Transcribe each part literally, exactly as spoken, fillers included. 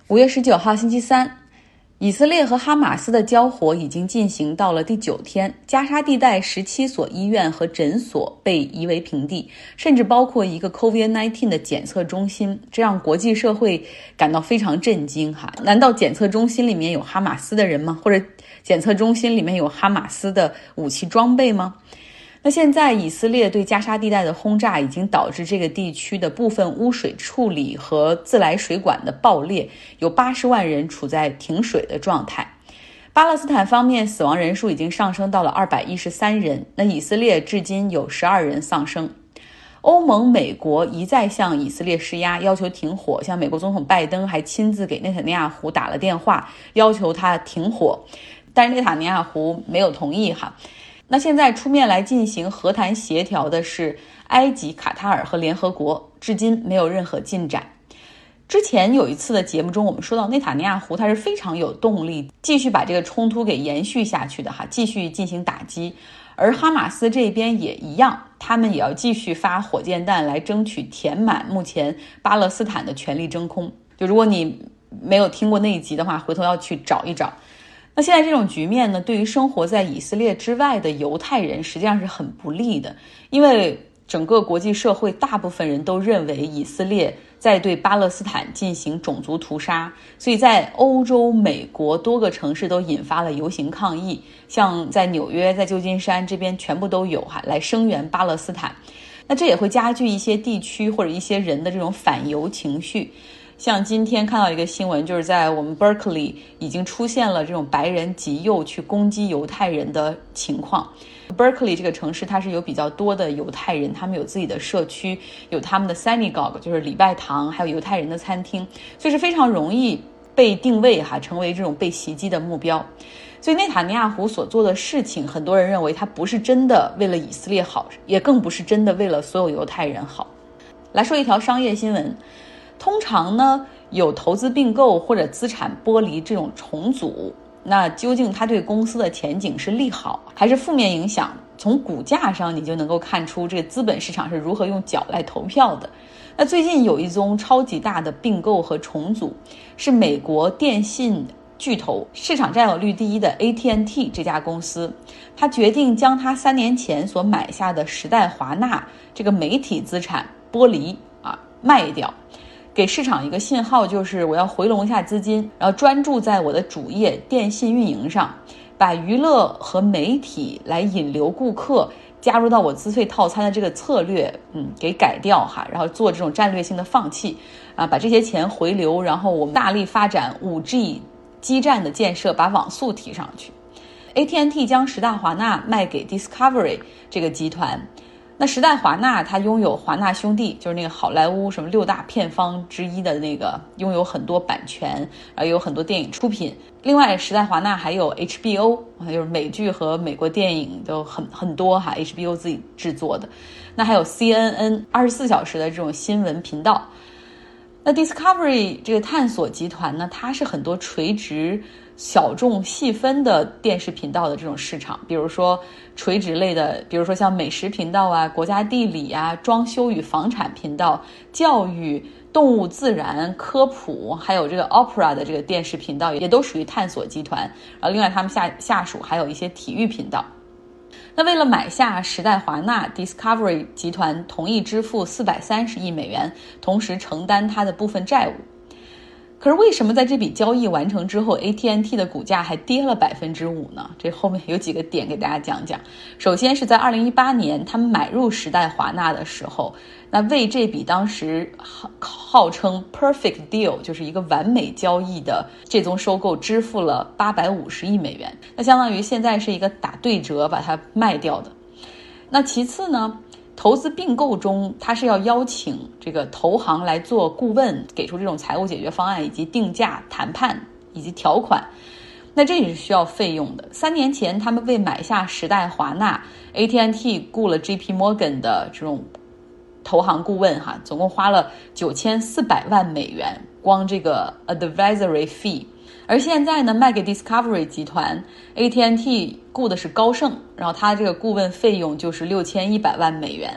五月十九号星期三，以色列和哈马斯的交火已经进行到了第九天，加沙地带十七所医院和诊所被夷为平地，甚至包括一个 COVID 十九 的检测中心，这让国际社会感到非常震惊哈。难道检测中心里面有哈马斯的人吗？或者检测中心里面有哈马斯的武器装备吗？那现在以色列对加沙地带的轰炸已经导致这个地区的部分污水处理和自来水管的爆裂，有八十万人处在停水的状态。巴勒斯坦方面死亡人数已经上升到了二百一十三人，那以色列至今有十二人丧生。欧盟、美国一再向以色列施压，要求停火，像美国总统拜登还亲自给内塔尼亚胡打了电话，要求他停火，但是内塔尼亚胡没有同意哈。那现在出面来进行和谈协调的是埃及、卡塔尔和联合国，至今没有任何进展。之前有一次的节目中，我们说到内塔尼亚胡他是非常有动力继续把这个冲突给延续下去的哈，继续进行打击。而哈马斯这边也一样，他们也要继续发火箭弹来争取填满目前巴勒斯坦的权力真空。就如果你没有听过那一集的话，回头要去找一找。那现在这种局面呢，对于生活在以色列之外的犹太人实际上是很不利的，因为整个国际社会大部分人都认为以色列在对巴勒斯坦进行种族屠杀，所以在欧洲、美国多个城市都引发了游行抗议，像在纽约、在旧金山这边全部都有哈，来声援巴勒斯坦。那这也会加剧一些地区或者一些人的这种反犹情绪。像今天看到一个新闻，就是在我们 Berkeley 已经出现了这种白人极右去攻击犹太人的情况。Berkeley 这个城市它是有比较多的犹太人，他们有自己的社区，有他们的 synagogue 就是礼拜堂，还有犹太人的餐厅，所以是非常容易被定位哈，成为这种被袭击的目标。所以内塔尼亚胡所做的事情，很多人认为他不是真的为了以色列好，也更不是真的为了所有犹太人好。来说一条商业新闻。通常呢，有投资并购或者资产剥离这种重组，那究竟它对公司的前景是利好还是负面影响？从股价上你就能够看出这个资本市场是如何用脚来投票的。那最近有一宗超级大的并购和重组，是美国电信巨头市场占有率第一的 A T and T 这家公司，它决定将它三年前所买下的时代华纳这个媒体资产剥离啊卖掉。给市场一个信号，就是我要回笼一下资金，然后专注在我的主业电信运营上，把娱乐和媒体来引流顾客加入到我资费套餐的这个策略，嗯，给改掉哈，然后做这种战略性的放弃啊，把这些钱回流，然后我们大力发展 五 G 基站的建设，把网速提上去。A T and T 将时代华纳卖给 Discovery 这个集团。那时代华纳它拥有华纳兄弟，就是那个好莱坞什么六大片方之一的那个，拥有很多版权，然后有很多电影出品。另外时代华纳还有 H B O， 就是美剧和美国电影都很很多哈 ，H B O 自己制作的。那还有 C N N 二十四小时的这种新闻频道。那 Discovery 这个探索集团呢，它是很多垂直小众细分的电视频道的这种市场，比如说垂直类的，比如说像美食频道啊、国家地理啊、装修与房产频道、教育、动物自然、科普，还有这个 Opera 的这个电视频道，也都属于探索集团。然后另外他们下下属还有一些体育频道。那为了买下时代华纳 Discovery 集团同意支付四百三十亿美元，同时承担它的部分债务。可是为什么在这笔交易完成之后 A T and T 的股价还跌了 百分之五 呢？这后面有几个点给大家讲讲。首先是在二零一八年他们买入时代华纳的时候，那为这笔当时号称 perfect deal 就是一个完美交易的这宗收购支付了八百五十亿美元，那相当于现在是一个打对折把它卖掉的。那其次呢，投资并购中它是要邀请这个投行来做顾问，给出这种财务解决方案以及定价谈判以及条款，那这也是需要费用的。三年前他们为买下时代华纳 A T and T 雇了 J P Morgan 的这种投行顾问哈，总共花了九千四百万美元，光这个 advisory fee。而现在呢，卖给 Discovery 集团 A T and T 雇的是高盛，然后他这个顾问费用就是六千一百万美元。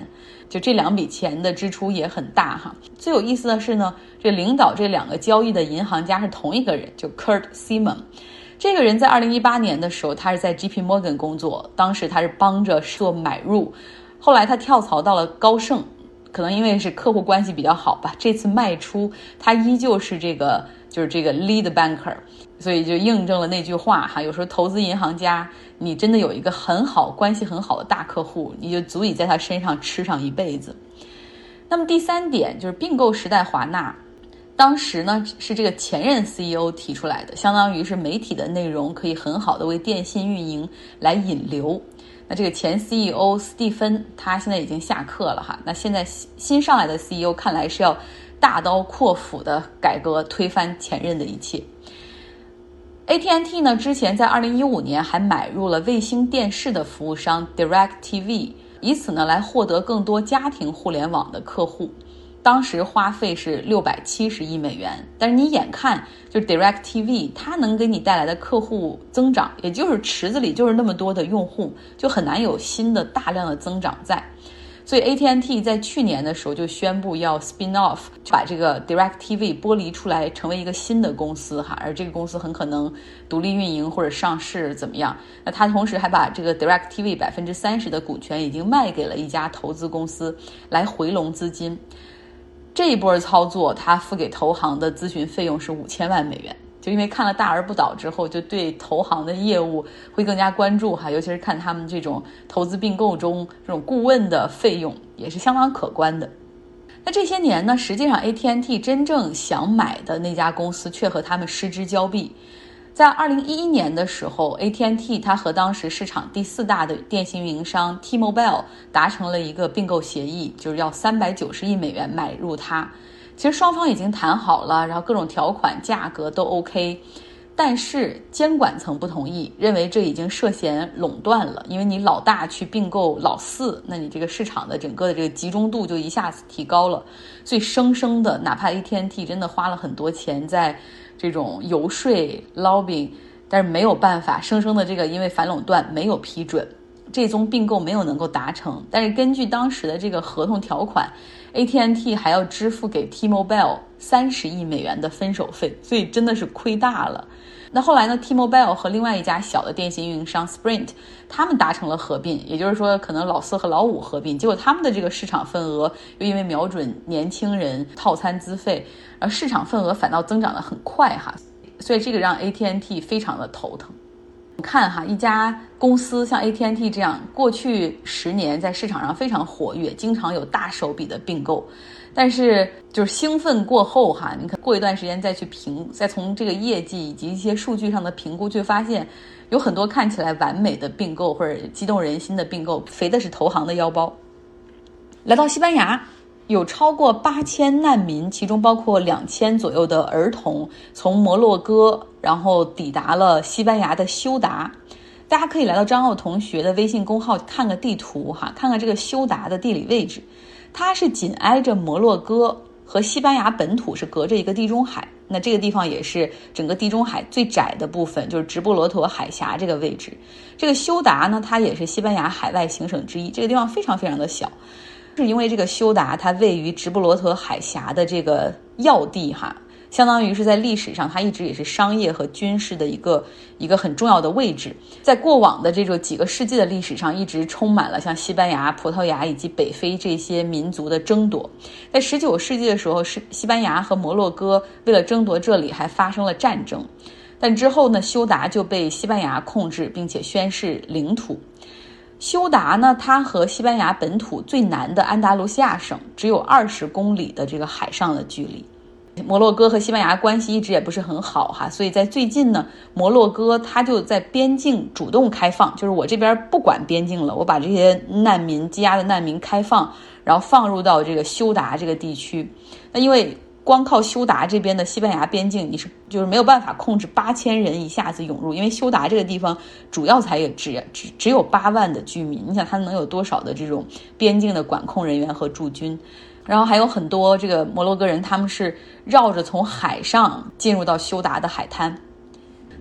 就这两笔钱的支出也很大哈。最有意思的是呢，这领导这两个交易的银行家是同一个人，就 Kurt Simon。这个人在二零一八年的时候，他是在 J P Morgan 工作，当时他是帮着做买入，后来他跳槽到了高盛，可能因为是客户关系比较好吧，这次卖出他依旧是这个就是这个 lead banker， 所以就印证了那句话哈，有时候投资银行家，你真的有一个很好关系很好的大客户，你就足以在他身上吃上一辈子。那么第三点就是并购时代华纳，当时呢是这个前任 C E O 提出来的，相当于是媒体的内容可以很好的为电信运营来引流。那这个前 C E O 斯蒂芬他现在已经下课了哈，那现在新上来的 C E O 看来是要大刀阔斧的改革推翻前任的一切。A T and T 呢之前在二零一五年还买入了卫星电视的服务商 DirecTV， 以此呢来获得更多家庭互联网的客户。当时花费是六百七十亿美元，但是你眼看就 DirecTV 它能给你带来的客户增长，也就是池子里就是那么多的用户，就很难有新的大量的增长在。所以 A T and T 在去年的时候就宣布要 spin off， 把这个 DirecTV 剥离出来成为一个新的公司哈，而这个公司很可能独立运营或者上市怎么样。那他同时还把这个 DirecTV 百分之三十的股权已经卖给了一家投资公司来回笼资金。这一波操作他付给投行的咨询费用是五千万美元，就因为看了大而不倒之后，就对投行的业务会更加关注哈，尤其是看他们这种投资并购中这种顾问的费用也是相当可观的。那这些年呢，实际上 A T and T 真正想买的那家公司却和他们失之交臂。在二零一一年的时候 A T and T 它和当时市场第四大的电信运营商 T-Mobile 达成了一个并购协议，就是要三百九十亿美元买入它。其实双方已经谈好了，然后各种条款价格都 OK， 但是监管层不同意，认为这已经涉嫌垄断了，因为你老大去并购老四，那你这个市场的整个的这个集中度就一下子提高了，所以生生的哪怕 A T and T 真的花了很多钱在这种游说 lobbying， 但是没有办法，生生的这个因为反垄断没有批准，这宗并购没有能够达成。但是根据当时的这个合同条款， A T and T 还要支付给 T-Mobile 三十亿美元的分手费，所以真的是亏大了。那后来呢 T-Mobile 和另外一家小的电信运营商 Sprint 他们达成了合并，也就是说可能老四和老五合并，结果他们的这个市场份额又因为瞄准年轻人套餐资费，而市场份额反倒增长得很快哈，所以这个让 A T and T 非常的头疼。看哈，一家公司像 A T and T 这样，过去十年在市场上非常活跃，经常有大手笔的并购，但是就是兴奋过后哈，你看过一段时间再去评，再从这个业绩以及一些数据上的评估，就发现有很多看起来完美的并购或者激动人心的并购，肥的是投行的腰包。来到西班牙，有超过八千难民，其中包括两千左右的儿童，从摩洛哥然后抵达了西班牙的休达。大家可以来到张奥同学的微信公号看个地图哈，看看这个休达的地理位置，它是紧挨着摩洛哥，和西班牙本土是隔着一个地中海。那这个地方也是整个地中海最窄的部分，就是直布罗陀海峡这个位置。这个休达呢，它也是西班牙海外行省之一，这个地方非常非常的小。是因为这个休达它位于直布罗陀海峡的这个要地哈，相当于是在历史上它一直也是商业和军事的一个一个很重要的位置。在过往的这种几个世纪的历史上，一直充满了像西班牙、葡萄牙以及北非这些民族的争夺。在十九世纪的时候，是西班牙和摩洛哥为了争夺这里还发生了战争，但之后呢，休达就被西班牙控制，并且宣示领土。休达呢，它和西班牙本土最南的安达卢西亚省只有二十公里的这个海上的距离。摩洛哥和西班牙关系一直也不是很好哈，所以在最近呢，摩洛哥它就在边境主动开放，就是我这边不管边境了，我把这些难民积压的难民开放，然后放入到这个休达这个地区。那因为光靠休达这边的西班牙边境，你是就是没有办法控制八千人一下子涌入，因为休达这个地方主要才也只只只有八万的居民，你想它能有多少的这种边境的管控人员和驻军？然后还有很多这个摩洛哥人，他们是绕着从海上进入到休达的海滩。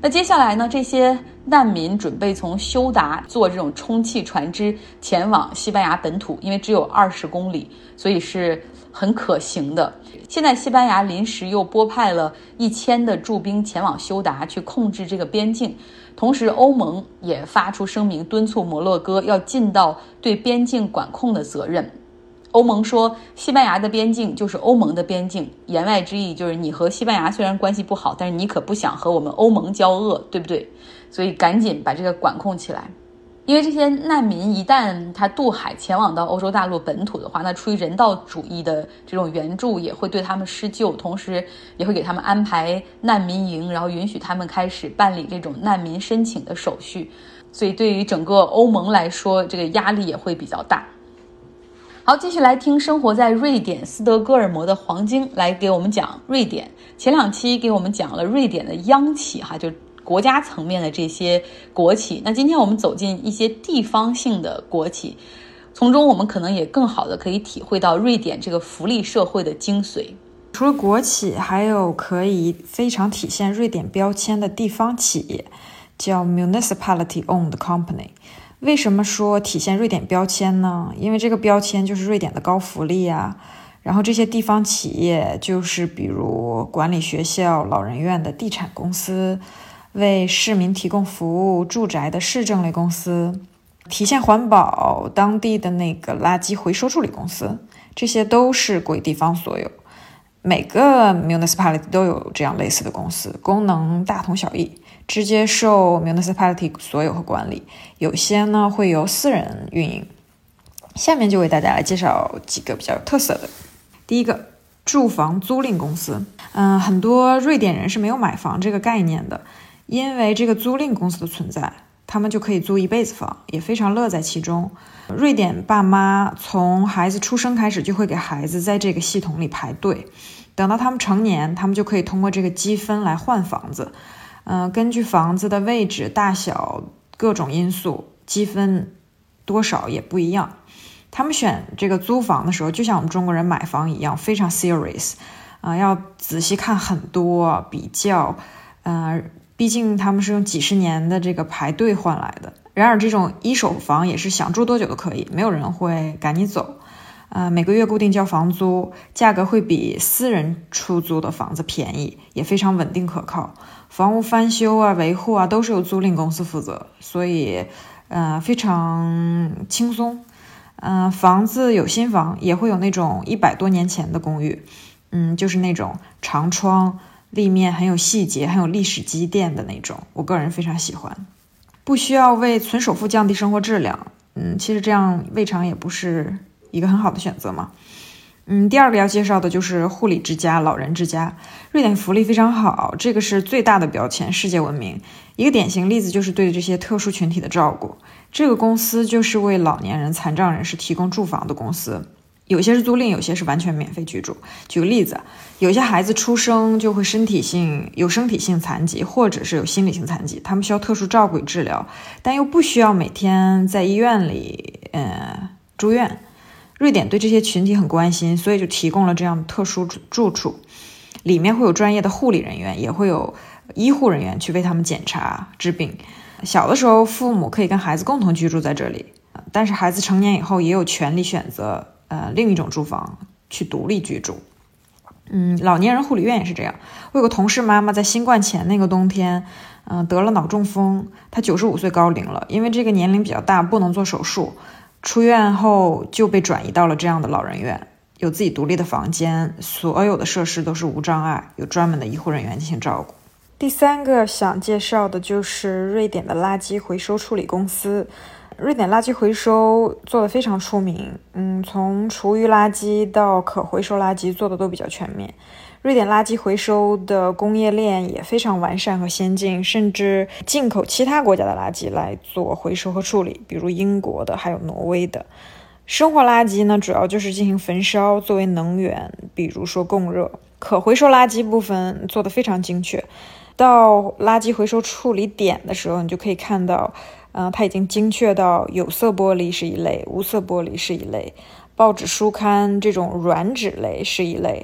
那接下来呢，这些难民准备从休达坐这种充气船只前往西班牙本土，因为只有二十公里，所以是很可行的。现在西班牙临时又拨派了一千的驻兵前往休达去控制这个边境，同时欧盟也发出声明敦促摩洛哥要尽到对边境管控的责任。欧盟说西班牙的边境就是欧盟的边境，言外之意就是你和西班牙虽然关系不好，但是你可不想和我们欧盟交恶，对不对？所以赶紧把这个管控起来。因为这些难民一旦他渡海前往到欧洲大陆本土的话，那出于人道主义的这种援助也会对他们施救，同时也会给他们安排难民营，然后允许他们开始办理这种难民申请的手续，所以对于整个欧盟来说，这个压力也会比较大。好，继续来听生活在瑞典斯德哥尔摩的黄晶来给我们讲瑞典。前两期给我们讲了瑞典的央企哈，就国家层面的这些国企。那今天我们走进一些地方性的国企，从中我们可能也更好的可以体会到瑞典这个福利社会的精髓。 除了国企，还有可以非常体现瑞典标签的地方企业，叫 Municipality Owned Company。为什么说体现瑞典标签呢？因为这个标签就是瑞典的高福利啊，然后这些地方企业就是比如管理学校、老人院的地产公司，为市民提供服务住宅的市政类公司，体现环保当地的那个垃圾回收处理公司，这些都是归地方所有。每个 municipality 都有这样类似的公司，功能大同小异，直接受 municipality 所有和管理，有些呢会由私人运营。下面就为大家来介绍几个比较有特色的。第一个，住房租赁公司。嗯，很多瑞典人是没有买房这个概念的，因为这个租赁公司的存在，他们就可以租一辈子房，也非常乐在其中。瑞典爸妈从孩子出生开始就会给孩子在这个系统里排队，等到他们成年，他们就可以通过这个积分来换房子。呃，根据房子的位置、大小各种因素，积分多少也不一样。他们选这个租房的时候，就像我们中国人买房一样，非常 serious，啊、呃，要仔细看很多比较，呃，毕竟他们是用几十年的这个排队换来的。然而这种一手房也是想住多久都可以，没有人会赶你走。呃，每个月固定交房租，价格会比私人出租的房子便宜，也非常稳定可靠。房屋翻修啊、维护啊都是由租赁公司负责，所以呃非常轻松。呃，房子有新房，也会有那种一百多年前的公寓，嗯，就是那种长窗、立面很有细节、很有历史积淀的那种，我个人非常喜欢。不需要为存首付降低生活质量，嗯，其实这样未尝也不是一个很好的选择嘛。嗯，第二个要介绍的就是护理之家、老人之家。瑞典福利非常好，这个是最大的标签，世界闻名。一个典型例子就是对这些特殊群体的照顾。这个公司就是为老年人、残障人士提供住房的公司，有些是租赁，有些是完全免费居住。举个例子，有些孩子出生就会身体性有身体性残疾，或者是有心理性残疾，他们需要特殊照顾与治疗，但又不需要每天在医院里呃住院。瑞典对这些群体很关心，所以就提供了这样特殊住处，里面会有专业的护理人员，也会有医护人员去为他们检查治病。小的时候父母可以跟孩子共同居住在这里，但是孩子成年以后也有权利选择呃另一种住房去独立居住。嗯，老年人护理院也是这样。我有个同事妈妈在新冠前那个冬天嗯、呃、得了脑中风，她九十五岁高龄了，因为这个年龄比较大不能做手术，出院后就被转移到了这样的老人院，有自己独立的房间，所有的设施都是无障碍，有专门的医护人员进行照顾。第三个想介绍的就是瑞典的垃圾回收处理公司。瑞典垃圾回收做得非常出名，嗯，从厨余垃圾到可回收垃圾做的都比较全面。瑞典垃圾回收的工业链也非常完善和先进，甚至进口其他国家的垃圾来做回收和处理，比如英国的还有挪威的。生活垃圾呢，主要就是进行焚烧作为能源，比如说供热。可回收垃圾部分做得非常精确，到垃圾回收处理点的时候，你就可以看到呃，它已经精确到有色玻璃是一类，无色玻璃是一类，报纸书刊这种软纸类是一类，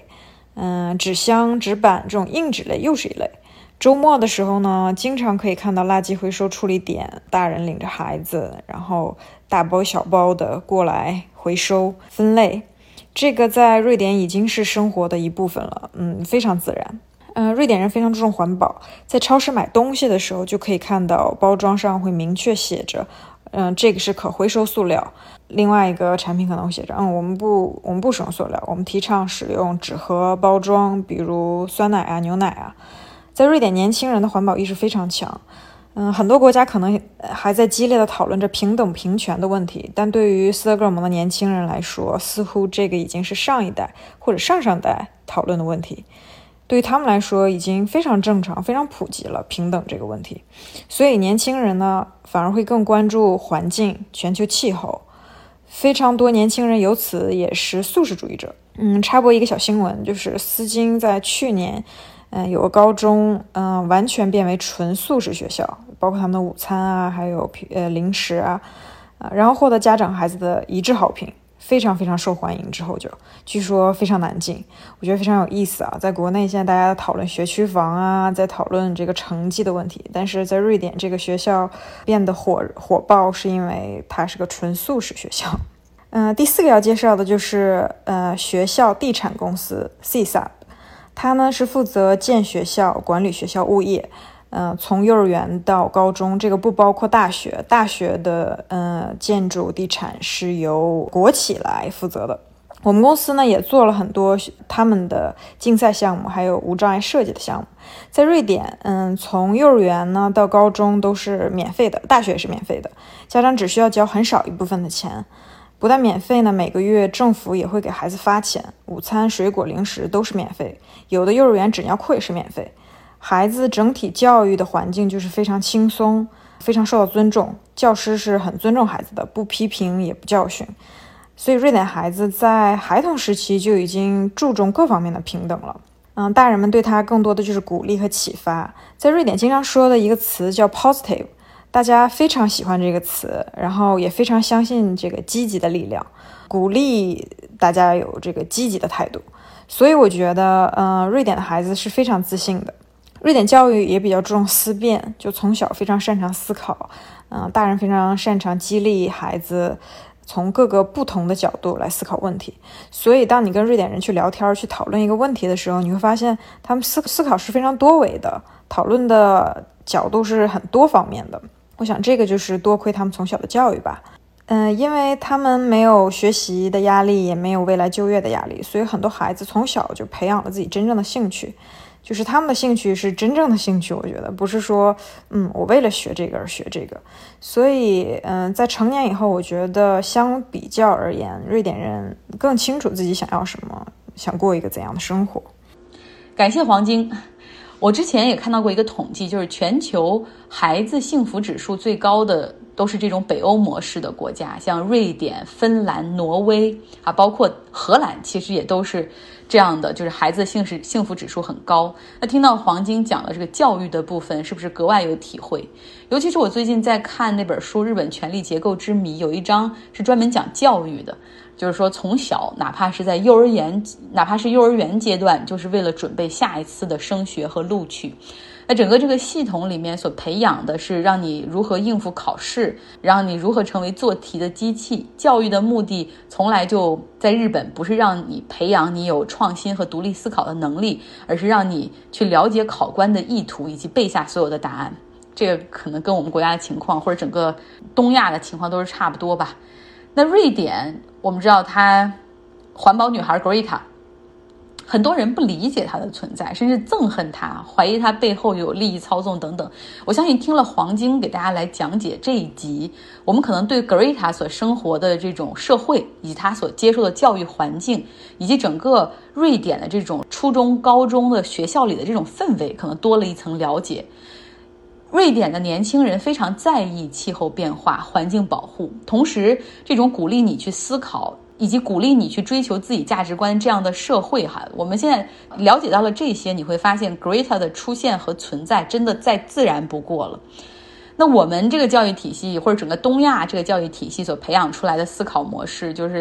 嗯，纸箱、纸板这种硬纸类又是一类。周末的时候呢，经常可以看到垃圾回收处理点，大人领着孩子，然后大包小包的过来回收分类。这个在瑞典已经是生活的一部分了，嗯，非常自然。嗯，瑞典人非常注重环保，在超市买东西的时候就可以看到包装上会明确写着，嗯，这个是可回收塑料。另外一个产品可能会写着，嗯，我们不我们不使用塑料，我们提倡使用纸盒包装，比如酸奶啊、牛奶啊。在瑞典，年轻人的环保意识非常强。嗯，很多国家可能还在激烈的讨论着平等平权的问题，但对于斯德哥尔摩的年轻人来说，似乎这个已经是上一代或者上上代讨论的问题。对于他们来说，已经非常正常、非常普及了平等这个问题。所以年轻人呢，反而会更关注环境、全球气候。非常多年轻人由此也是素食主义者。嗯，插播一个小新闻，就是斯金在去年嗯，有个高中，嗯，完全变为纯素食学校，包括他们的午餐啊，还有呃零食啊，啊，然后获得家长孩子的一致好评，非常非常受欢迎。之后就据说非常难进，我觉得非常有意思啊。在国内现在大家讨论学区房啊，在讨论这个成绩的问题，但是在瑞典这个学校变得火火爆，是因为它是个纯素食学校。嗯、呃，第四个要介绍的就是呃学校地产公司 C S A P。他呢是负责建学校、管理学校物业，呃，从幼儿园到高中，这个不包括大学。大学的呃建筑地产是由国企来负责的。我们公司呢也做了很多他们的竞赛项目，还有无障碍设计的项目。在瑞典，嗯，从幼儿园呢到高中都是免费的，大学也是免费的，家长只需要交很少一部分的钱。不但免费呢，每个月政府也会给孩子发钱，午餐、水果、零食都是免费，有的幼儿园纸尿裤也是免费。孩子整体教育的环境就是非常轻松，非常受到尊重，教师是很尊重孩子的，不批评也不教训。所以瑞典孩子在孩童时期就已经注重各方面的平等了。嗯，大人们对他更多的就是鼓励和启发。在瑞典经常说的一个词叫 positive，大家非常喜欢这个词，然后也非常相信这个积极的力量，鼓励大家有这个积极的态度。所以我觉得，呃，瑞典的孩子是非常自信的。瑞典教育也比较注重思辨，就从小非常擅长思考。嗯、呃，大人非常擅长激励孩子从各个不同的角度来思考问题。所以，当你跟瑞典人去聊天、去讨论一个问题的时候，你会发现他们思思考是非常多维的，讨论的角度是很多方面的。我想这个就是多亏他们从小的教育吧。嗯、呃，因为他们没有学习的压力，也没有未来就业的压力，所以很多孩子从小就培养了自己真正的兴趣，就是他们的兴趣是真正的兴趣。我觉得不是说嗯我为了学这个而学这个。所以嗯、呃，在成年以后，我觉得相比较而言，瑞典人更清楚自己想要什么，想过一个怎样的生活。 感谢黄晶。我之前也看到过一个统计，就是全球孩子幸福指数最高的都是这种北欧模式的国家，像瑞典、芬兰、挪威啊，包括荷兰，其实也都是这样的，就是孩子幸福幸福指数很高。那听到黄晶讲了这个教育的部分，是不是格外有体会？尤其是我最近在看那本书《日本权力结构之谜》，有一章是专门讲教育的。就是说从小哪怕是在幼儿园哪怕是幼儿园阶段，就是为了准备下一次的升学和录取。那整个这个系统里面所培养的是让你如何应付考试，让你如何成为做题的机器。教育的目的从来就在日本不是让你培养你有创新和独立思考的能力，而是让你去了解考官的意图以及背下所有的答案。这个可能跟我们国家的情况或者整个东亚的情况都是差不多吧。那瑞典我们知道她环保女孩 Greta， 很多人不理解她的存在，甚至憎恨她，怀疑她背后有利益操纵等等。我相信听了黄晶给大家来讲解这一集，我们可能对 Greta 所生活的这种社会，以及她所接受的教育环境，以及整个瑞典的这种初中高中的学校里的这种氛围，可能多了一层了解。瑞典的年轻人非常在意气候变化、环境保护，同时这种鼓励你去思考以及鼓励你去追求自己价值观这样的社会哈，我们现在了解到了这些，你会发现 Greta 的出现和存在真的再自然不过了。那我们这个教育体系或者整个东亚这个教育体系所培养出来的思考模式，就是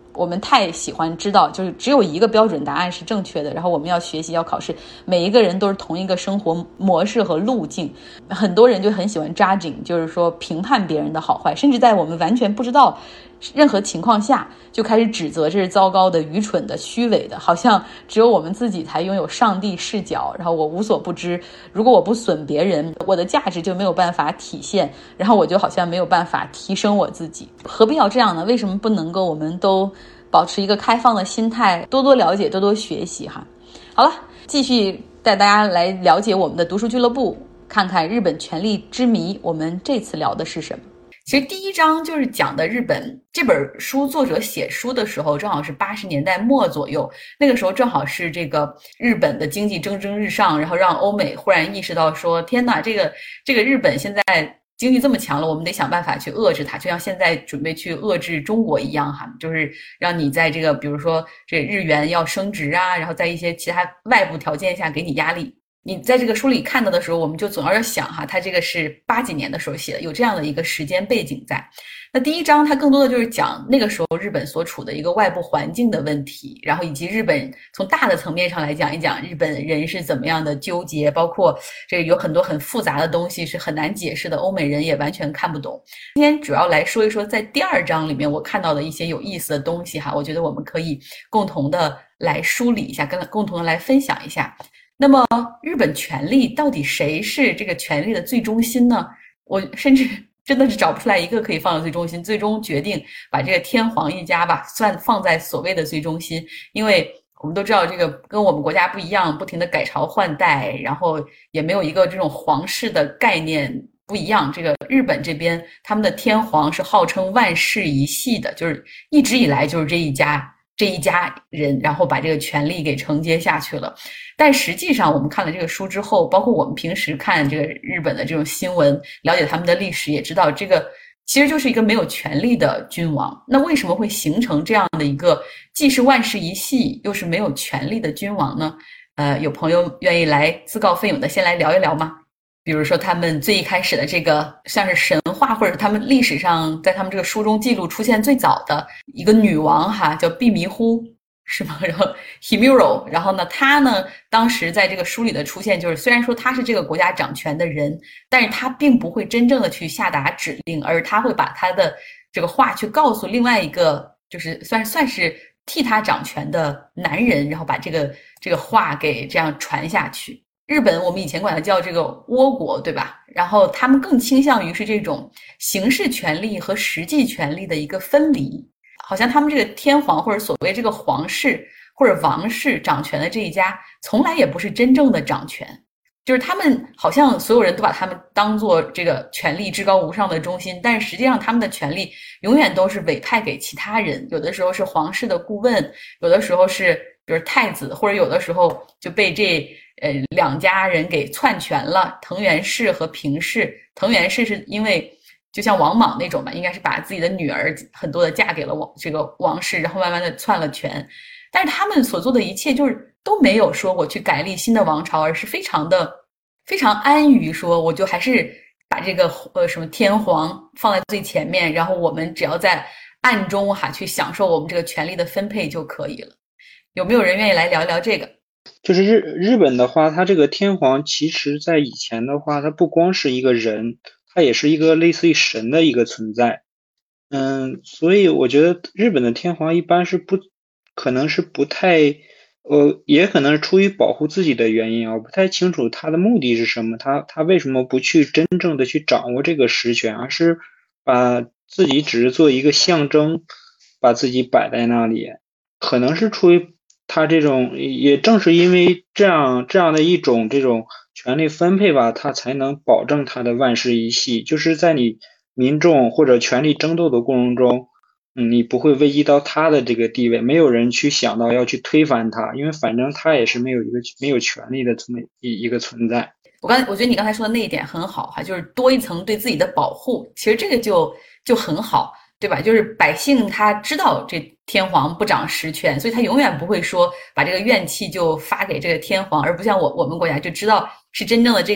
我们太喜欢知道就是只有一个标准答案是正确的，然后我们要学习要考试，每一个人都是同一个生活模式和路径。很多人就很喜欢 judging， 就是说评判别人的好坏，甚至在我们完全不知道任何情况下就开始指责这是糟糕的、愚蠢的、虚伪的，好像只有我们自己才拥有上帝视角，然后我无所不知，如果我不损别人，我的价值就没有办法体现，然后我就好像没有办法提升我自己。何必要这样呢？为什么不能够我们都保持一个开放的心态，多多了解，多多学习哈。好了，继续带大家来了解我们的读书俱乐部，看看日本权力之谜，我们这次聊的是什么。其实第一章就是讲的日本，这本书作者写书的时候正好是八十年代末左右，那个时候正好是这个日本的经济蒸蒸日上，然后让欧美忽然意识到说，天哪，这个这个日本现在经济这么强了，我们得想办法去遏制它，就像现在准备去遏制中国一样哈，就是让你在这个比如说这日元要升值啊，然后在一些其他外部条件下给你压力。你在这个书里看到的时候，我们就总要想哈，他这个是八几年的时候写的，有这样的一个时间背景在。那第一章它更多的就是讲那个时候日本所处的一个外部环境的问题，然后以及日本从大的层面上来讲一讲日本人是怎么样的纠结，包括这个有很多很复杂的东西是很难解释的，欧美人也完全看不懂。今天主要来说一说在第二章里面我看到的一些有意思的东西哈，我觉得我们可以共同的来梳理一下，跟共同的来分享一下。那么日本权力到底谁是这个权力的最中心呢？我甚至真的是找不出来一个可以放在最中心，最终决定把这个天皇一家吧算放在所谓的最中心，因为我们都知道这个跟我们国家不一样，不停的改朝换代，然后也没有一个这种皇室的概念不一样。这个日本这边他们的天皇是号称万世一系的，就是一直以来就是这一家这一家人，然后把这个权力给承接下去了。但实际上我们看了这个书之后，包括我们平时看这个日本的这种新闻，了解他们的历史，也知道这个其实就是一个没有权力的君王。那为什么会形成这样的一个既是万世一系又是没有权力的君王呢？呃，有朋友愿意来自告奋勇的先来聊一聊吗？比如说他们最一开始的这个像是神话，或者他们历史上在他们这个书中记录出现最早的一个女王哈，叫毕迷呼是吗？然后 Himuro， 然后呢她呢当时在这个书里的出现就是虽然说她是这个国家掌权的人，但是她并不会真正的去下达指令，而她会把她的这个话去告诉另外一个就是算算是替她掌权的男人，然后把这个这个话给这样传下去。日本我们以前管它叫这个倭国，对吧？然后他们更倾向于是这种形式权力和实际权力的一个分离，好像他们这个天皇或者所谓这个皇室或者王室掌权的这一家从来也不是真正的掌权，就是他们好像所有人都把他们当做这个权力至高无上的中心，但是实际上他们的权力永远都是委派给其他人，有的时候是皇室的顾问，有的时候是比如太子，或者有的时候就被这呃两家人给篡权了，藤原氏和平氏。藤原氏是因为就像王莽那种吧，应该是把自己的女儿很多的嫁给了王这个王室，然后慢慢的篡了权。但是他们所做的一切就是都没有说我去改立新的王朝，而是非常的非常安于说我就还是把这个呃什么天皇放在最前面，然后我们只要在暗中哈去享受我们这个权力的分配就可以了。有没有人愿意来聊一聊这个？ 就是日日本的话，它这个天皇其实在以前的话，它不光是一个人，它也是一个类似于神的一个存在。嗯，所以我觉得日本的天皇一般是不可能是不太呃，也可能是出于保护自己的原因啊，我不太清楚他的目的是什么，他他为什么不去真正的去掌握这个实权，而是把自己只是做一个象征，把自己摆在那里，可能是出于他这种，也正是因为这样这样的一种这种权力分配吧，他才能保证他的万世一系，就是在你民众或者权力争斗的过程中，嗯，你不会危及到他的这个地位，没有人去想到要去推翻他，因为反正他也是没有一个没有权利的这么一一个存在。 我刚我觉得你刚才说的那一点很好哈，就是多一层对自己的保护，其实这个就就很好，对吧？就是百姓他知道这天皇不掌实权，所以他永远不会说把这个怨气就发给这个天皇，而不像我我们国家就知道是真正的这个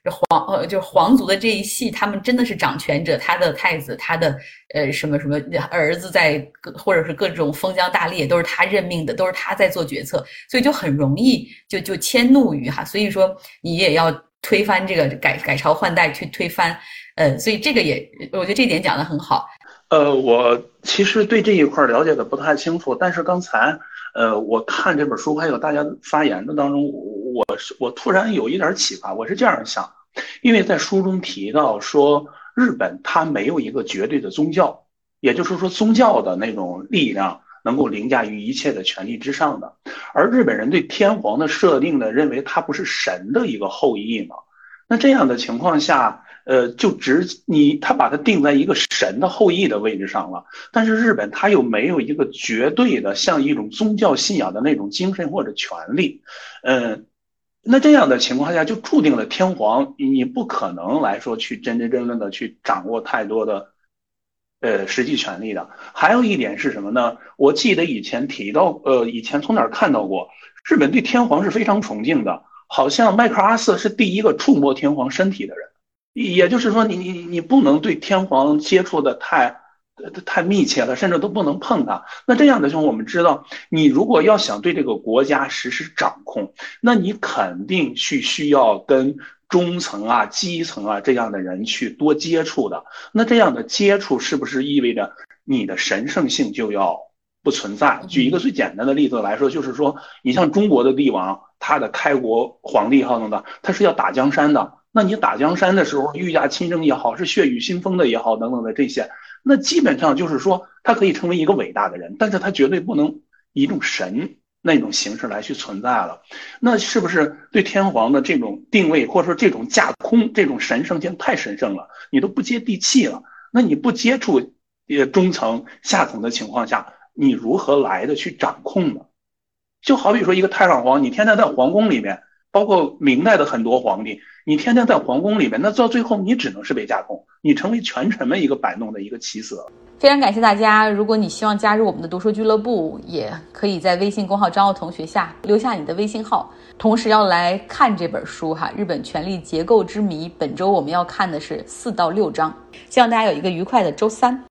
皇呃就是皇族的这一系，他们真的是掌权者，他的太子，他的呃什么什么儿子在各或者是各种封疆大吏也都是他任命的，都是他在做决策，所以就很容易就就迁怒于哈，所以说你也要推翻这个改改朝换代去推翻，呃，所以这个也我觉得这点讲得很好。 呃，我其实对这一块了解的不太清楚，但是刚才呃我看这本书还有大家发言的当中，我我突然有一点启发，我是这样想，因为在书中提到说日本它没有一个绝对的宗教，也就是说宗教的那种力量能够凌驾于一切的权力之上的，而日本人对天皇的设定呢，认为他不是神的一个后裔嘛，那这样的情况下。呃，就只你他把它定在一个神的后裔的位置上了，但是日本他又没有一个绝对的像一种宗教信仰的那种精神或者权利，嗯，那这样的情况下就注定了天皇你不可能来说去真真正正的去掌握太多的呃实际权利的。还有一点是什么呢？我记得以前提到，呃，以前从哪儿看到过，日本对天皇是非常崇敬的，好像麦克阿瑟是第一个触摸天皇身体的人。也就是说你，你你你不能对天皇接触的太太密切了，甚至都不能碰他。那这样的时候，我们知道，你如果要想对这个国家实施掌控，那你肯定去需要跟中层啊、基层啊这样的人去多接触的。那这样的接触是不是意味着你的神圣性就要不存在？举一个最简单的例子来说，就是说，你像中国的帝王，他的开国皇帝哈等等，他是要打江山的。那你打江山的时候，御驾亲征也好，是血雨腥风的也好，等等的这些，那基本上就是说，他可以成为一个伟大的人，但是他绝对不能以一种神那种形式来去存在了。那是不是对天皇的这种定位，或者说这种架空、这种神圣性太神圣了，你都不接地气了？那你不接触呃中层、下层的情况下，你如何来的去掌控呢？就好比说一个太上皇，你天天在皇宫里面，包括明代的很多皇帝。你天天在皇宫里面，那到最后你只能是被架空，你成为权臣们一个摆弄的一个棋子。 非常感谢大家，如果你希望加入我们的读书俱乐部，也可以在微信公号张奥同学下留下你的微信号，同时要来看这本书哈，《日本权力结构之谜》。本周我们要看的是四到六章，希望大家有一个愉快的周三。